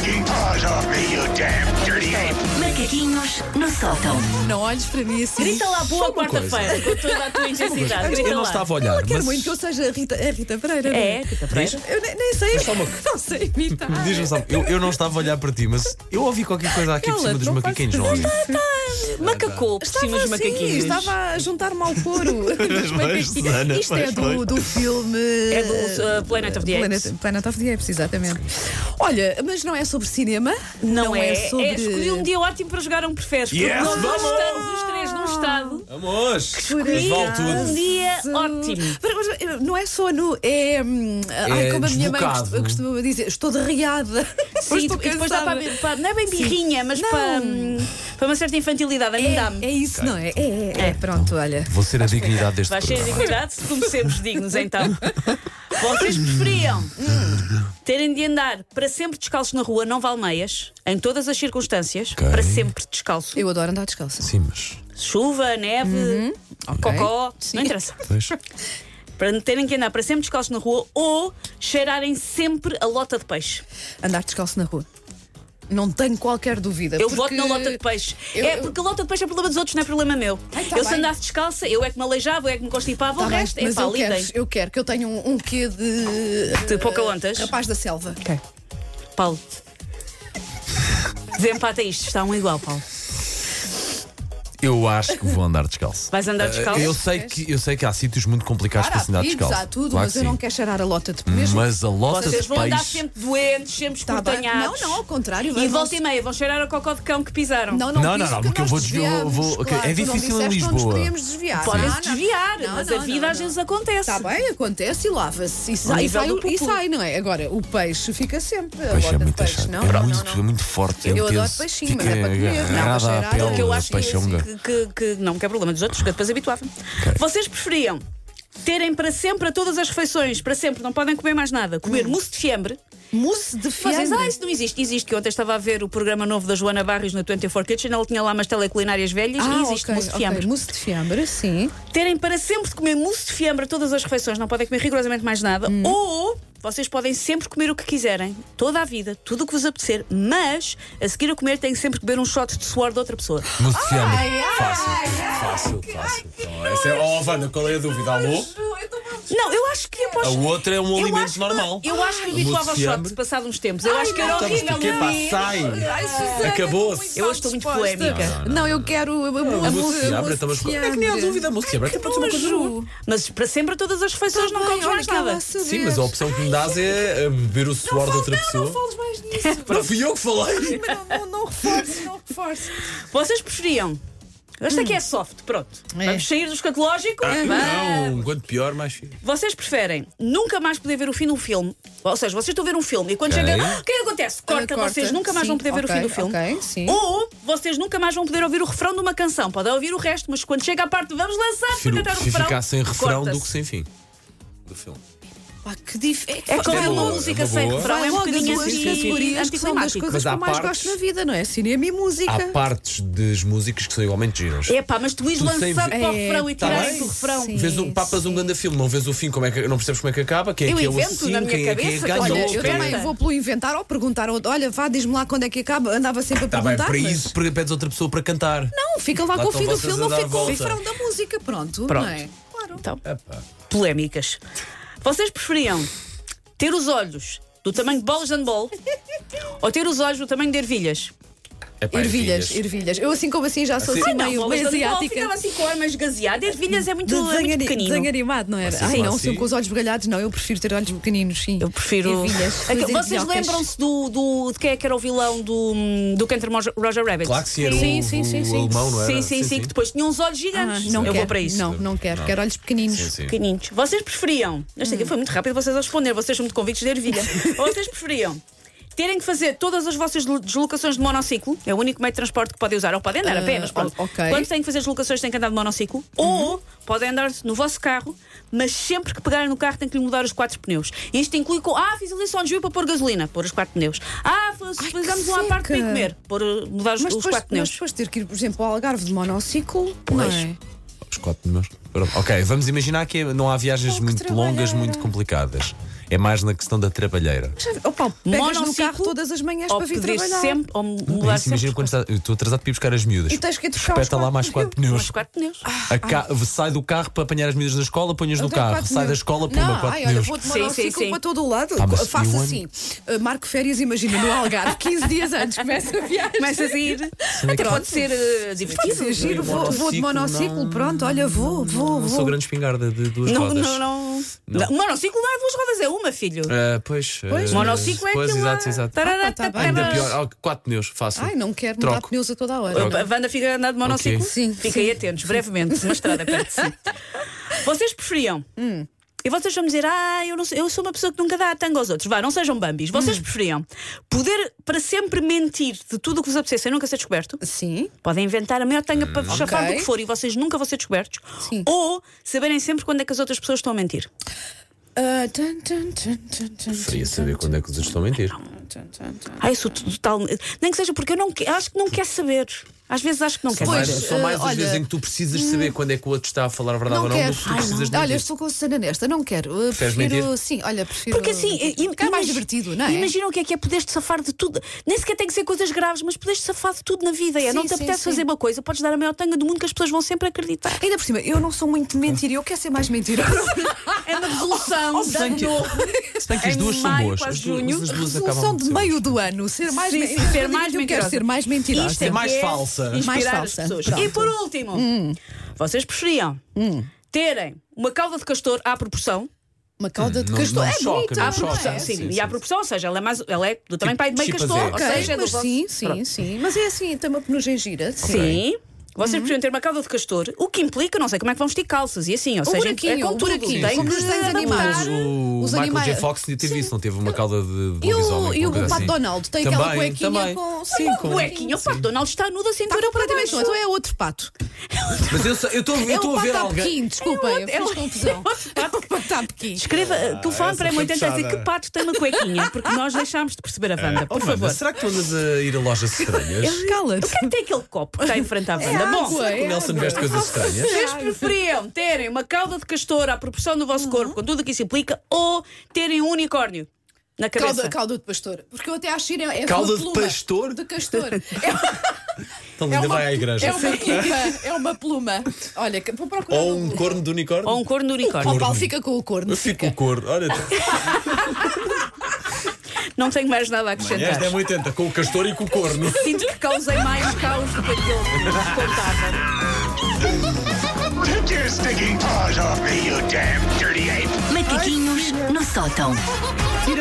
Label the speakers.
Speaker 1: taking paws off me, you damn dirty ape!
Speaker 2: Macaquinhos no sótão.
Speaker 3: Não olhes para mim assim.
Speaker 4: Grita lá boa quarta-feira, com toda a tua intensidade. Grita
Speaker 5: Eu não
Speaker 4: lá.
Speaker 5: estava a olhar.
Speaker 3: Quero
Speaker 5: mas
Speaker 3: muito que eu seja a Rita Pereira. não
Speaker 4: É, Rita Pereira.
Speaker 3: Eu nem sei.
Speaker 5: só uma-
Speaker 3: Não sei imitar.
Speaker 5: Diz-me só, eu não estava a olhar para ti, mas eu ouvi qualquer coisa aqui por
Speaker 3: Cala-te,
Speaker 5: cima dos
Speaker 3: não
Speaker 5: macaquinhos, não
Speaker 3: faças
Speaker 5: ouvi?
Speaker 4: Macacou por cima dos
Speaker 3: Estava assim,
Speaker 4: macaquinhos.
Speaker 3: estava a juntar-me ao coro.
Speaker 5: Pois, Susana,
Speaker 3: Isto é
Speaker 5: pois.
Speaker 3: do filme.
Speaker 4: É do Planet of the Apes.
Speaker 3: Planet of the Apes, exatamente. Olha, mas não é sobre cinema.
Speaker 4: Não é.
Speaker 3: sobre.
Speaker 4: Escolhi um dia ótimo para jogar um preferes. Porque
Speaker 5: Yes,
Speaker 4: nós
Speaker 5: vamos!
Speaker 4: estamos os três num estado.
Speaker 5: Vamos!
Speaker 4: Escolhi
Speaker 5: Vale tudo.
Speaker 4: um dia ótimo.
Speaker 3: Mas não é só no. Ai, como a minha mãe
Speaker 5: desbocado.
Speaker 3: costuma dizer, estou derriada.
Speaker 4: Sim, e depois dá para, não é bem birrinha, mas para uma certa infantilidade. A mim dá-me.
Speaker 3: É isso, não é? Pronto, olha.
Speaker 5: Vou ser a dignidade deste
Speaker 4: Vai ser
Speaker 5: programa.
Speaker 4: dignidade? Comecemos dignos então. Vocês preferiam terem de andar para sempre descalços na rua, não vale meias, em todas as circunstâncias,
Speaker 5: Ok.
Speaker 4: para sempre descalço?
Speaker 3: Eu adoro andar descalça.
Speaker 5: Sim, mas.
Speaker 4: Chuva, neve, cocó, não interessa.
Speaker 5: Pois.
Speaker 4: Para terem que andar para sempre descalços na rua ou cheirarem sempre a lota de peixe.
Speaker 3: Andar descalço na rua. Não tenho qualquer dúvida.
Speaker 4: Eu
Speaker 3: porque
Speaker 4: voto na lota de peixe. É porque a lota de peixe é problema dos outros, não é problema meu.
Speaker 3: tá
Speaker 4: Eu se
Speaker 3: bem.
Speaker 4: andasse descalça, eu é que me aleijava, eu é que me constipava,
Speaker 3: Tá
Speaker 4: o
Speaker 3: bem,
Speaker 4: resto é
Speaker 3: mas
Speaker 4: pá, lidem.
Speaker 3: eu quero que eu tenha um quê de
Speaker 4: Pocahontas.
Speaker 3: rapaz da selva.
Speaker 4: Paulo, desempata isto, está um igual, Paulo.
Speaker 5: Eu acho que vou andar descalço.
Speaker 4: Vais andar descalço?
Speaker 5: Eu sei que há sítios muito complicados para se andar
Speaker 3: Pires,
Speaker 5: descalço.
Speaker 3: há tudo,
Speaker 5: Claro
Speaker 3: mas
Speaker 5: que
Speaker 3: eu não
Speaker 5: sim.
Speaker 3: quero cheirar a lota de mesmo.
Speaker 5: Mas a lota
Speaker 4: Vocês
Speaker 5: de
Speaker 4: vão andar
Speaker 5: peixe.
Speaker 4: sempre doentes, sempre
Speaker 3: Tá bem.
Speaker 4: escortanhados.
Speaker 3: Não, ao contrário.
Speaker 4: E volta e meia vão cheirar a cocó de cão que pisaram.
Speaker 3: Não,
Speaker 5: porque eu
Speaker 3: nós
Speaker 5: vou desviar.
Speaker 3: desviamos,
Speaker 5: Ok,
Speaker 3: claro,
Speaker 5: é
Speaker 3: tu não
Speaker 5: difícil em
Speaker 3: disseste que não nos
Speaker 5: Lisboa.
Speaker 3: podíamos desviar.
Speaker 4: Podem-se
Speaker 3: Não,
Speaker 4: desviar,
Speaker 3: não,
Speaker 4: mas
Speaker 3: não,
Speaker 4: a vida às vezes acontece.
Speaker 3: Está bem, acontece e lava-se. E sai,
Speaker 4: nível do
Speaker 3: e
Speaker 4: pupu.
Speaker 3: sai, não é? Agora, o peixe fica sempre. A
Speaker 5: Peixe é
Speaker 3: lota de
Speaker 5: muito
Speaker 3: peixe,
Speaker 5: chato.
Speaker 3: não?
Speaker 5: É muito forte.
Speaker 3: Eu
Speaker 5: é
Speaker 3: adoro
Speaker 5: intenso.
Speaker 3: peixinho,
Speaker 5: Fica
Speaker 3: mas é para comer, não é para
Speaker 5: agarrada à
Speaker 3: cheirar.
Speaker 5: pele
Speaker 4: Que eu
Speaker 5: da
Speaker 4: acho
Speaker 5: peixonga.
Speaker 4: que não é problema dos outros, que eu depois habituava-me. Vocês preferiam terem para sempre a todas as refeições, para sempre, não podem comer mais nada, comer mousse de fiambre?
Speaker 3: Mousse de
Speaker 4: Vocês,
Speaker 3: fiambre.
Speaker 4: isso não existe. Existe, que ontem estava a ver o programa novo da Joana Barrios no 24 Kitchen, ela tinha lá umas teleculinárias velhas e existe mousse de fiambre.
Speaker 3: Mousse de fiambre, sim.
Speaker 4: Terem para sempre de comer mousse de fiambre a todas as refeições, não podem comer rigorosamente mais nada, ou vocês podem sempre comer o que quiserem, toda a vida, tudo o que vos apetecer, mas a seguir a comer têm sempre que beber um shot de suor de outra pessoa.
Speaker 5: Mousse de fiambre. Fácil. Então, essa é. Oh, Wanda, qual é a dúvida? Alô?
Speaker 4: Não, eu acho que
Speaker 5: A
Speaker 4: após.
Speaker 5: outra é um
Speaker 4: Eu
Speaker 5: alimento
Speaker 4: acho que-
Speaker 5: normal.
Speaker 4: Eu acho que me
Speaker 5: A mousse
Speaker 4: habituava ao
Speaker 5: de
Speaker 4: shot
Speaker 5: fiambre.
Speaker 4: passado uns tempos. Eu acho que era
Speaker 5: Então, mas
Speaker 4: horrível.
Speaker 5: porquê, pá, sai? Acabou-se.
Speaker 4: Eu hoje estou muito polémica.
Speaker 3: Não, eu quero a
Speaker 5: Mousse de fiambre, então, mas como é que nem há dúvida? A mousse de fiambre até pode ser uma coisa boa.
Speaker 4: Mas para sempre a todas as refeições não comes mais nada.
Speaker 5: Sim, mas a opção que me dás é beber o suor de outra pessoa.
Speaker 3: Não fales mais nisso.
Speaker 5: Não fui eu que falei.
Speaker 3: Não reforce.
Speaker 4: Vocês preferiam. Esta aqui é soft, pronto.
Speaker 3: É.
Speaker 4: Vamos sair do escatológico.
Speaker 5: Não, quanto pior, mais fixe.
Speaker 4: Vocês preferem nunca mais poder ver o fim de um filme? Ou seja, vocês estão a ver um filme e quando
Speaker 5: Ok.
Speaker 4: chega. O que é que acontece? Corta, vocês nunca mais
Speaker 3: Sim,
Speaker 4: vão poder ver o fim do filme.
Speaker 3: ok, sim.
Speaker 4: Ou vocês nunca mais vão poder ouvir o refrão de uma canção. Podem ouvir o resto, mas quando chega a parte de vamos lançar para
Speaker 5: Prefiro
Speaker 4: cantar o refrão.
Speaker 5: ficar sem refrão do
Speaker 4: corta-se.
Speaker 5: que sem fim do filme.
Speaker 3: Pá, que diferente.
Speaker 4: É como
Speaker 5: é
Speaker 4: uma
Speaker 5: boa,
Speaker 4: música
Speaker 5: é uma
Speaker 4: sem
Speaker 5: boa.
Speaker 4: refrão, é um
Speaker 3: logo as
Speaker 4: bocadinho
Speaker 3: duas categorias que são das
Speaker 4: anticlimático.
Speaker 3: coisas
Speaker 5: Mas
Speaker 3: que
Speaker 5: há
Speaker 3: eu mais
Speaker 5: partes-
Speaker 3: gosto na vida, não é? Cinema e música.
Speaker 5: Há partes das músicas que são igualmente giras.
Speaker 4: É pá, mas tu ires
Speaker 5: Tu sem
Speaker 4: lançar
Speaker 5: ver-
Speaker 4: para o refrão e
Speaker 5: tá
Speaker 4: tirar
Speaker 5: bem.
Speaker 4: do refrão.
Speaker 3: Sim.
Speaker 5: Papas um grande filme, não vês o fim, não percebes como é que acaba, quem é
Speaker 4: Eu
Speaker 5: que é o
Speaker 4: invento
Speaker 5: assassino,
Speaker 4: na minha
Speaker 5: quem é que
Speaker 4: cabeça,
Speaker 5: ganhou.
Speaker 3: Olha, eu
Speaker 4: Espera.
Speaker 3: também vou pelo inventar ou perguntar ao outro. Olha, vá, diz-me lá quando é que acaba. Andava sempre a
Speaker 5: Tá bem,
Speaker 3: perguntar.
Speaker 5: para
Speaker 3: mas...
Speaker 5: isso pedes outra pessoa para cantar.
Speaker 3: Não, fica lá
Speaker 5: Lá
Speaker 3: com o
Speaker 5: estão
Speaker 3: fim do
Speaker 5: vocês
Speaker 3: filme
Speaker 5: a
Speaker 3: ou
Speaker 5: dar
Speaker 3: fica com o
Speaker 5: volta.
Speaker 3: refrão da música. Pronto,
Speaker 4: Pronto.
Speaker 3: não é? Claro.
Speaker 4: Então, polémicas. Vocês preferiam ter os olhos do tamanho de bolas de handball ou ter os olhos do tamanho de ervilhas?
Speaker 5: Epá,
Speaker 3: Ervilhas. Eu assim como assim já sou assim, meio
Speaker 4: bolas de handball
Speaker 3: asiática.
Speaker 4: ficava assim com ar mais gaseado. Ervilhas é muito pequenino.
Speaker 3: Desenho animado, não era?
Speaker 5: Assim,
Speaker 3: Ai,
Speaker 5: claro,
Speaker 3: não,
Speaker 5: sim.
Speaker 3: sou com os olhos esbugalhados, não. Eu prefiro ter olhos pequeninos, sim.
Speaker 4: Eu prefiro.
Speaker 3: Ervilhas.
Speaker 4: Vocês lembram-se de quem é que era o vilão do Cantor Roger Rabbit?
Speaker 5: Claro que sim, era
Speaker 3: Sim,
Speaker 5: o,
Speaker 3: sim, sim,
Speaker 5: o
Speaker 3: sim.
Speaker 5: alemão, não era?
Speaker 4: Sim, que depois tinha uns olhos gigantes.
Speaker 3: Não
Speaker 4: eu
Speaker 3: quero,
Speaker 4: vou para isso.
Speaker 3: Não quero. Quero olhos pequeninos.
Speaker 5: Sim, sim.
Speaker 4: Pequeninos. Vocês preferiam. Esta aqui foi muito rápido, vocês a responder. Vocês são muito convictos de ervilha. Ou vocês preferiam terem que fazer todas as vossas deslocações de monociclo, é o único meio de transporte que podem usar, ou podem andar a pé, mas pronto.
Speaker 3: ok.
Speaker 4: Quando têm que fazer deslocações, têm que andar de monociclo, ou podem andar no vosso carro, mas sempre que pegarem no carro têm que lhe mudar os 4 pneus. E isto inclui com, fiz ali só um desvio para pôr gasolina, pôr os 4 pneus. Fizemos uma parte para ir comer, mudar os
Speaker 3: Mas
Speaker 4: 4
Speaker 3: depois
Speaker 4: pneus.
Speaker 3: ter que ir, por exemplo, ao Algarve de monociclo, não é?
Speaker 5: Os 4 pneus. Pronto. Ok, vamos imaginar que não há viagens muito longas, muito complicadas. É mais na questão da trabalheira.
Speaker 3: Oh, Paulo, pegas no
Speaker 4: Monociclo,
Speaker 3: carro todas as manhãs
Speaker 4: Ou
Speaker 3: para vir
Speaker 4: poderes
Speaker 3: trabalhar.
Speaker 4: sempre, ou mudar
Speaker 5: Isso, imagina
Speaker 4: sempre.
Speaker 5: quando eu estou atrasado para ir buscar as miúdas.
Speaker 3: E tens que ir buscar os
Speaker 5: Espeta lá
Speaker 3: quatro
Speaker 5: mais 4
Speaker 3: pneus.
Speaker 5: pneus.
Speaker 4: Os 4 pneus.
Speaker 5: Sai do carro para apanhar as miúdas na escola, pões no
Speaker 3: Eu tenho
Speaker 5: carro.
Speaker 3: quatro
Speaker 5: Sai da
Speaker 3: pneus.
Speaker 5: escola,
Speaker 3: Não,
Speaker 5: puma 4
Speaker 3: olha,
Speaker 5: pneus.
Speaker 3: vou de
Speaker 4: Sim,
Speaker 3: monociclo
Speaker 4: sim.
Speaker 3: para todo o lado.
Speaker 5: mas
Speaker 3: Faço
Speaker 5: eu
Speaker 3: assim. Marco férias, imagina, no Algarve, 15 dias antes, começa a viagem.
Speaker 4: Começas a ir. Até pode ser divertido.
Speaker 3: Pode ser giro, vou de monociclo,
Speaker 5: não.
Speaker 3: pronto, olha, vou.
Speaker 5: Não sou grande espingarda de 2
Speaker 4: Não,
Speaker 5: rodas.
Speaker 4: não. Monociclo não é 2 rodas, é uma, filho.
Speaker 5: Pois.
Speaker 4: Monociclo é
Speaker 5: pois,
Speaker 4: aquilo lá.
Speaker 5: exato.
Speaker 4: Tarará,
Speaker 3: tá bem.
Speaker 4: tarará.
Speaker 5: Ainda pior. 4 pneus, fácil.
Speaker 3: Ai, não quero mudar
Speaker 5: Troco.
Speaker 3: pneus a toda a hora.
Speaker 4: A Wanda fica a andar de monociclo?
Speaker 5: Ok.
Speaker 3: Sim,
Speaker 4: Fiquem atentos, brevemente, na estrada perto de si. Vocês preferiam? E vocês vão dizer, eu sou uma pessoa que nunca dá a tanga aos outros. Vá, não sejam bambis. Vocês preferiam poder para sempre mentir de tudo o que vos apetecer sem nunca ser descoberto?
Speaker 3: Sim.
Speaker 4: Podem inventar a maior tanga para vos chafar do
Speaker 3: Ok.
Speaker 4: que for e vocês nunca vão ser descobertos.
Speaker 3: Sim.
Speaker 4: Ou saberem sempre quando é que as outras pessoas estão a mentir.
Speaker 5: Queria saber quando é que os outros estão a mentir.
Speaker 4: Isso total. Nem que seja porque eu não acho que não quer saber. Às vezes acho que não quer
Speaker 3: Pois,
Speaker 4: saber.
Speaker 5: São mais as
Speaker 3: olha,
Speaker 5: vezes em que tu precisas de saber quando é que o outro está a falar a verdade
Speaker 3: Não
Speaker 5: ou não,
Speaker 3: quero.
Speaker 5: do que tu precisas de
Speaker 3: Olha,
Speaker 5: mentir.
Speaker 3: estou com a cena nesta, não quero. Prefiro,
Speaker 5: mentir?
Speaker 3: sim, olha, prefiro.
Speaker 4: Porque assim,
Speaker 3: é mais divertido, não é?
Speaker 4: Imagina o que é poderes-te safar de tudo. Nem sequer tem que ser coisas graves, mas poderes-te safar de tudo na vida.
Speaker 3: Sim,
Speaker 4: Não te
Speaker 3: sim,
Speaker 4: apetece
Speaker 3: sim.
Speaker 4: fazer uma coisa, podes dar a maior tanga do mundo que as pessoas vão sempre acreditar.
Speaker 3: Ainda por cima, eu não sou muito de mentir, eu quero ser mais mentirosa.
Speaker 4: É uma resolução de ano novo.
Speaker 5: Se bem que as
Speaker 4: Em
Speaker 5: duas são
Speaker 4: maio,
Speaker 5: boas.
Speaker 4: quase
Speaker 5: As duas
Speaker 4: junho.
Speaker 5: acabam
Speaker 3: Resolução
Speaker 5: de
Speaker 3: de
Speaker 5: ser
Speaker 3: meio do ano, ser mais
Speaker 4: Sim,
Speaker 3: mentirosa.
Speaker 4: ser mais
Speaker 3: Eu quero
Speaker 4: mentirosa.
Speaker 3: ser mais mentirosa.
Speaker 4: Isto é
Speaker 5: mais
Speaker 4: que é
Speaker 5: falsa.
Speaker 3: Mais
Speaker 4: Inspirar
Speaker 3: falsa.
Speaker 4: as pessoas.
Speaker 3: Pronto.
Speaker 4: E por último, vocês preferiam terem uma cauda de castor à proporção?
Speaker 3: Uma cauda de
Speaker 5: não-
Speaker 3: castor.
Speaker 5: não
Speaker 3: É
Speaker 5: choca,
Speaker 3: bonita,
Speaker 5: não
Speaker 4: À
Speaker 3: não
Speaker 5: choca.
Speaker 4: proporção,
Speaker 3: é?
Speaker 4: sim.
Speaker 5: Sim,
Speaker 4: E à
Speaker 5: sim.
Speaker 4: proporção, ou seja, ela é do tamanho pai de meio
Speaker 5: chimpanzé.
Speaker 4: castor.
Speaker 3: Ok,
Speaker 4: Ou seja,
Speaker 3: mas
Speaker 4: do vosso-
Speaker 3: sim. Mas é assim, tem uma penugem
Speaker 4: Sim. Vocês preferiam ter uma cauda de castor, o que implica, não sei como é que vão vestir calças e assim, ou seja,
Speaker 3: buraquinho,
Speaker 4: é com tudo aqui.
Speaker 3: tudo.
Speaker 4: Tem
Speaker 3: Como
Speaker 4: que
Speaker 3: nos desenhos
Speaker 4: adaptar.
Speaker 3: animados.
Speaker 5: O
Speaker 3: Os
Speaker 5: Michael
Speaker 3: animais-
Speaker 5: J. Fox teve isso, não teve uma cauda de
Speaker 3: E
Speaker 5: lobisomem.
Speaker 3: o
Speaker 5: coisa
Speaker 3: Pato
Speaker 5: assim.
Speaker 3: Donald tem aquela
Speaker 5: Também,
Speaker 3: cuequinha
Speaker 5: também.
Speaker 3: com.
Speaker 5: Sim,
Speaker 3: Uma
Speaker 5: com-
Speaker 4: Cuequinha, o Pato Donald está nudo a
Speaker 3: Está
Speaker 4: cintura para
Speaker 3: completamente
Speaker 4: baixo.
Speaker 3: então é outro pato.
Speaker 5: Mas eu estou
Speaker 3: É
Speaker 5: a
Speaker 3: o
Speaker 5: ver
Speaker 3: pato a
Speaker 5: alguém.
Speaker 3: Pequim, desculpem, eu
Speaker 4: é
Speaker 3: fiz
Speaker 4: o-
Speaker 3: confusão. O pato a Pequim.
Speaker 4: Escreva, telefone para
Speaker 5: essa foi
Speaker 4: M80 a dizer
Speaker 5: puxada.
Speaker 4: que pato tem uma cuequinha, porque nós deixámos de perceber a Wanda, por
Speaker 5: Oh, Wanda,
Speaker 4: favor.
Speaker 5: será que tu andas a ir a lojas estranhas?
Speaker 3: Cala-te.
Speaker 4: Quem tem aquele copo que está em frente à Wanda? Bom,
Speaker 3: água,
Speaker 5: O Nelson veste coisas estranhas?
Speaker 4: vocês preferiam terem uma cauda de castor à proporção do vosso corpo, com tudo o que isso implica, ou terem um unicórnio na cabeça?
Speaker 3: Cauda de pastor. Porque eu até acho que é
Speaker 5: Cauda
Speaker 3: uma
Speaker 5: de
Speaker 3: pluma.
Speaker 5: pastor?
Speaker 3: De castor.
Speaker 5: Então ainda vai à igreja.
Speaker 3: É uma pluma. Olha, vou procurar.
Speaker 5: Ou
Speaker 3: no
Speaker 5: um
Speaker 3: Google.
Speaker 5: corno de unicórnio?
Speaker 4: Ou um corno de unicórnio?
Speaker 3: O Paulo fica com o corno.
Speaker 5: Eu fico com o corno. Olha,
Speaker 4: Não tenho mais nada a acrescentar.
Speaker 5: esta é 80, com o castor e com o corno.
Speaker 4: Sinto que causei mais caos do que aquilo que contava.
Speaker 1: Take your stinking paws off me, you damn dirty ape!
Speaker 2: Macaquinhos no sótão.